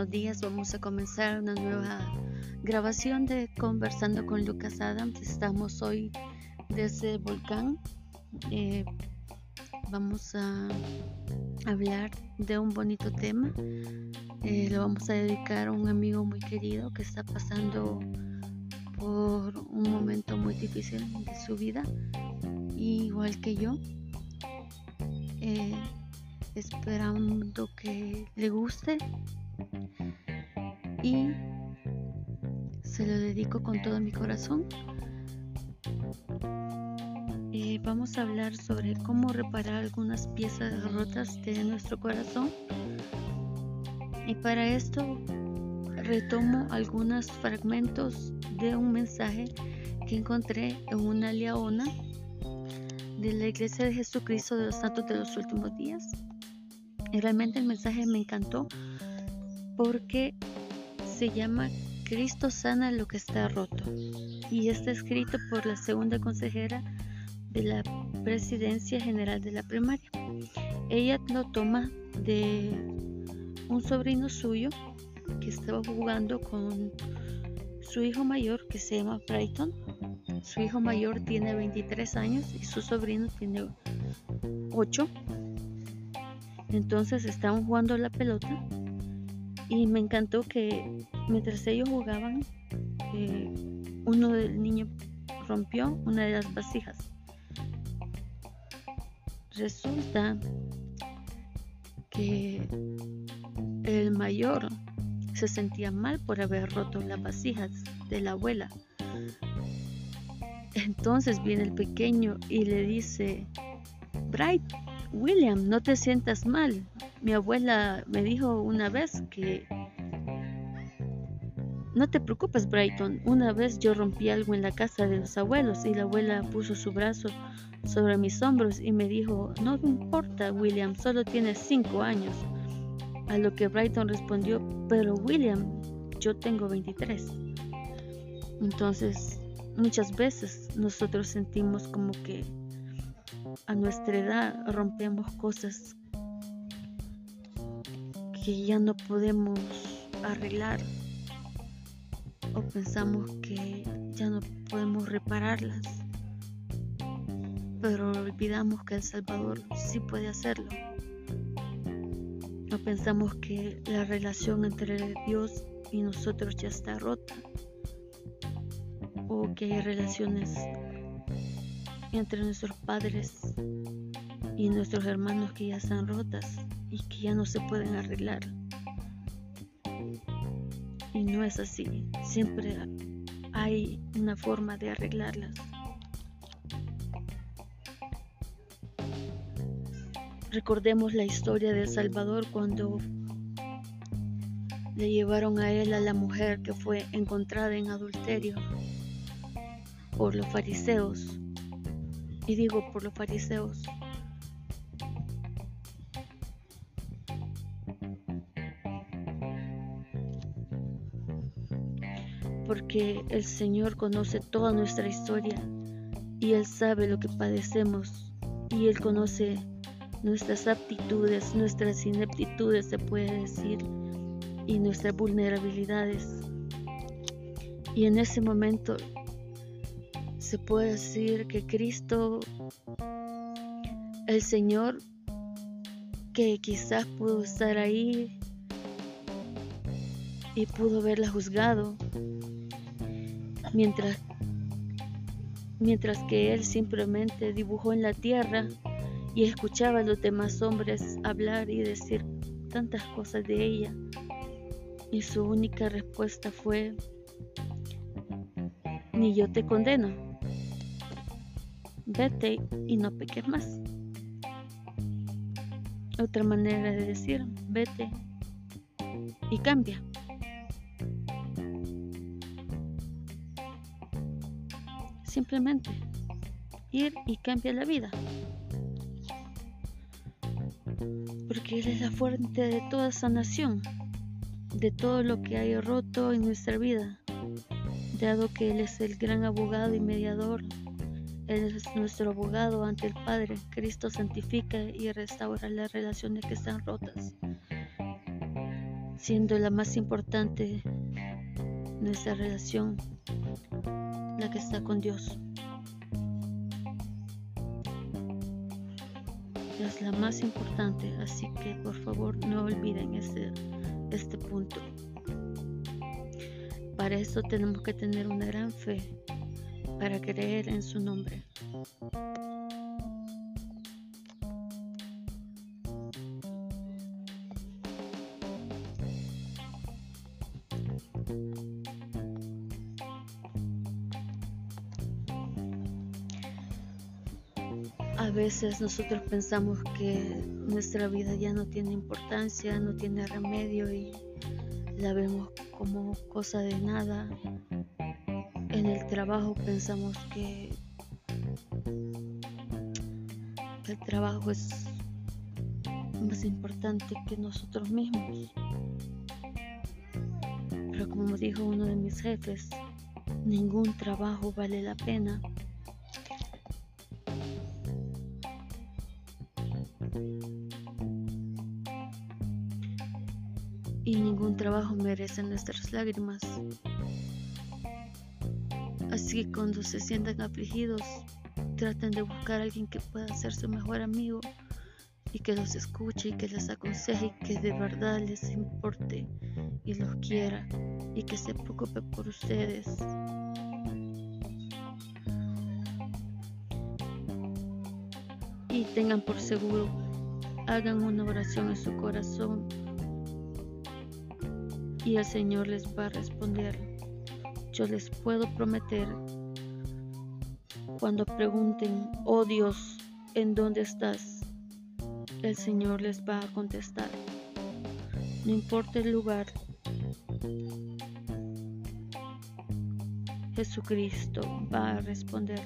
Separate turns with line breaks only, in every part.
buenos días. Vamos a comenzar una nueva grabación de Conversando con Lucas Adams. Estamos hoy desde el volcán. Vamos a hablar de un bonito tema. Lo vamos a dedicar a un amigo muy querido que está pasando por un momento muy difícil de su vida, igual que yo. Esperando que le guste y se lo dedico con todo mi corazón. Vamos a hablar sobre cómo reparar algunas piezas rotas de nuestro corazón, y para esto retomo algunos fragmentos de un mensaje que encontré en una leona de la Iglesia de Jesucristo de los Santos de los Últimos Días. Y realmente el mensaje me encantó porque se llama Cristo sana lo que está roto, y está escrito por la segunda consejera de la Presidencia General de la Primaria. Ella lo toma de un sobrino suyo que estaba jugando con su hijo mayor, que se llama Brighton. Su hijo mayor tiene 23 años y su sobrino tiene 8. Entonces estaban jugando la pelota y me encantó que mientras ellos jugaban, uno del niño rompió una de las vasijas. Resulta que el mayor se sentía mal por haber roto las vasijas de la abuela. Entonces viene el pequeño y le dice: William, no te sientas mal. Mi abuela me dijo una vez que... No te preocupes, Brighton. Una vez yo rompí algo en la casa de los abuelos y la abuela puso su brazo sobre mis hombros y me dijo: no me importa, William, solo tienes 5 años. A lo que Brighton respondió: pero William, yo tengo 23. Entonces, muchas veces nosotros sentimos como que a nuestra edad rompemos cosas que ya no podemos arreglar, o pensamos que ya no podemos repararlas, pero olvidamos que El Salvador sí puede hacerlo. O pensamos que la relación entre Dios y nosotros ya está rota, o que hay relaciones entre nuestros padres y nuestros hermanos que ya están rotas y que ya no se pueden arreglar. Y no es así, siempre hay una forma de arreglarlas. Recordemos la historia de El Salvador cuando le llevaron a él a la mujer que fue encontrada en adulterio por los fariseos. Y digo por los fariseos porque el Señor conoce toda nuestra historia y Él sabe lo que padecemos, y Él conoce nuestras aptitudes, nuestras ineptitudes, se puede decir, y nuestras vulnerabilidades. Y en ese momento se puede decir que Cristo, el Señor, que quizás pudo estar ahí y pudo haberla juzgado, mientras que Él simplemente dibujó en la tierra y escuchaba a los demás hombres hablar y decir tantas cosas de ella, y su única respuesta fue: ni yo te condeno, vete y no peques más. Otra manera de decir: vete y cambia. Simplemente ir y cambia la vida, porque Él es la fuente de toda sanación, de todo lo que hay roto en nuestra vida, dado que Él es el gran abogado y mediador. Él es nuestro abogado ante el Padre. Cristo santifica y restaura las relaciones que están rotas. siendo la más importante nuestra relación, la que está con Dios. Es la más importante, así que por favor no olviden este punto. Para eso tenemos que tener una gran fe para creer en su nombre. A veces nosotros pensamos que nuestra vida ya no tiene importancia, no tiene remedio y la vemos como cosa de nada. En el trabajo pensamos que el trabajo es más importante que nosotros mismos. Pero como dijo uno de mis jefes, ningún trabajo vale la pena. Y ningún trabajo merece nuestras lágrimas. Así que cuando se sientan afligidos, traten de buscar a alguien que pueda ser su mejor amigo y que los escuche y que les aconseje y que de verdad les importe y los quiera y que se preocupe por ustedes. Y tengan por seguro, hagan una oración en su corazón y el Señor les va a responder. Yo les puedo prometer, cuando pregunten, oh Dios, ¿en dónde estás? El Señor les va a contestar. No importa el lugar, Jesucristo va a responder.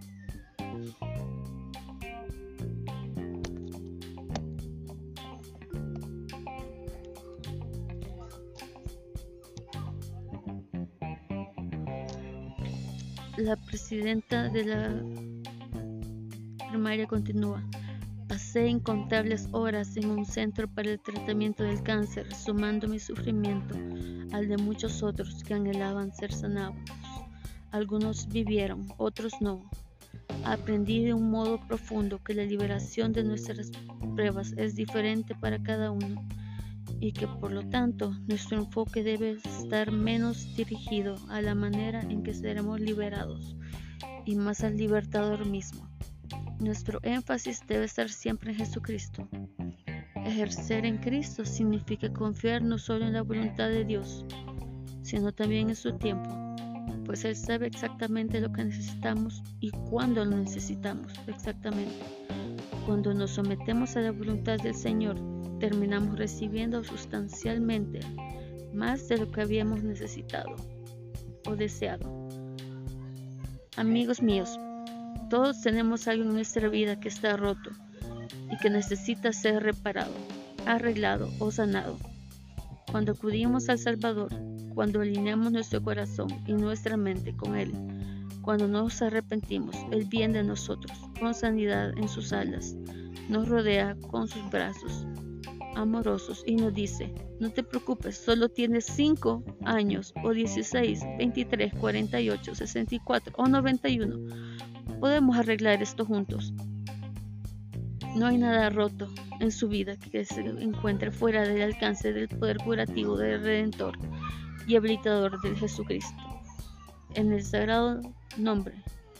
La presidenta de la primaria continúa. Pasé incontables horas en un centro para el tratamiento del cáncer, sumando mi sufrimiento al de muchos otros que anhelaban ser sanados. Algunos vivieron, otros no. Aprendí de un modo profundo que la liberación de nuestras pruebas es diferente para cada uno y que por lo tanto nuestro enfoque debe estar menos dirigido a la manera en que seremos liberados y más al libertador mismo. Nuestro énfasis debe estar siempre en Jesucristo. Ejercer en Cristo significa confiar no solo en la voluntad de Dios, sino también en su tiempo, pues Él sabe exactamente lo que necesitamos y cuándo lo necesitamos exactamente. Cuando nos sometemos a la voluntad del Señor, terminamos recibiendo sustancialmente más de lo que habíamos necesitado o deseado. Amigos míos, todos tenemos algo en nuestra vida que está roto y que necesita ser reparado, arreglado o sanado. Cuando acudimos al Salvador, cuando alineamos nuestro corazón y nuestra mente con Él, cuando nos arrepentimos, Él viene a nosotros con sanidad en sus alas, nos rodea con sus brazos amorosos y nos dice: no te preocupes, solo tienes 5 años o 16, 23, 48, 64 o 91. Podemos arreglar esto juntos. No hay nada roto en su vida que se encuentre fuera del alcance del poder curativo del Redentor y habilitador de Jesucristo. En el sagrado nombre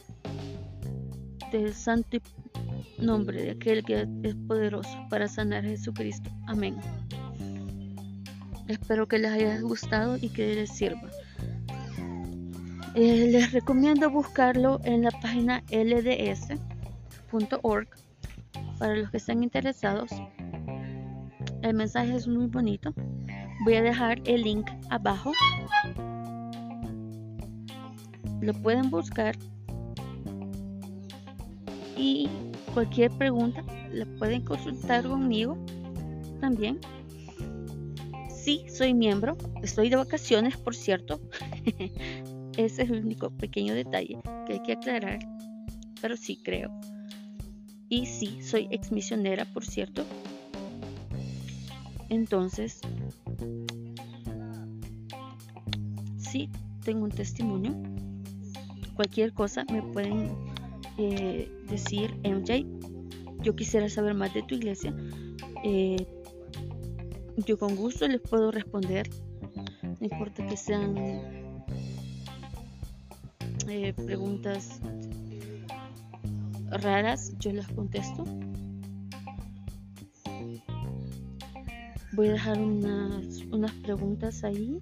del santo nombre de aquel que es poderoso para sanar, Jesucristo. Amén. Espero que les haya gustado y que les sirva. Les recomiendo buscarlo en la página lds.org para los que estén interesados. El mensaje es muy bonito. Voy a dejar el link abajo. Lo pueden buscar y cualquier pregunta la pueden consultar conmigo también. Sí, soy miembro. Estoy de vacaciones, por cierto. Ese es el único pequeño detalle que hay que aclarar, pero sí creo. Y sí, soy ex misionera, por cierto. Entonces, sí tengo un testimonio. Cualquier cosa me pueden decir, MJ, yo quisiera saber más de tu iglesia. Yo con gusto les puedo responder, no importa que sean preguntas raras, yo las contesto. Voy a dejar unas preguntas ahí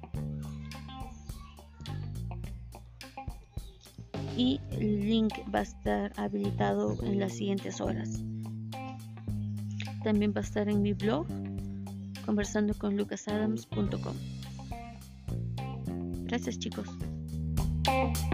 y el link va a estar habilitado en las siguientes horas. También va a estar en mi blog conversandoconlucasadams.com. Gracias, chicos.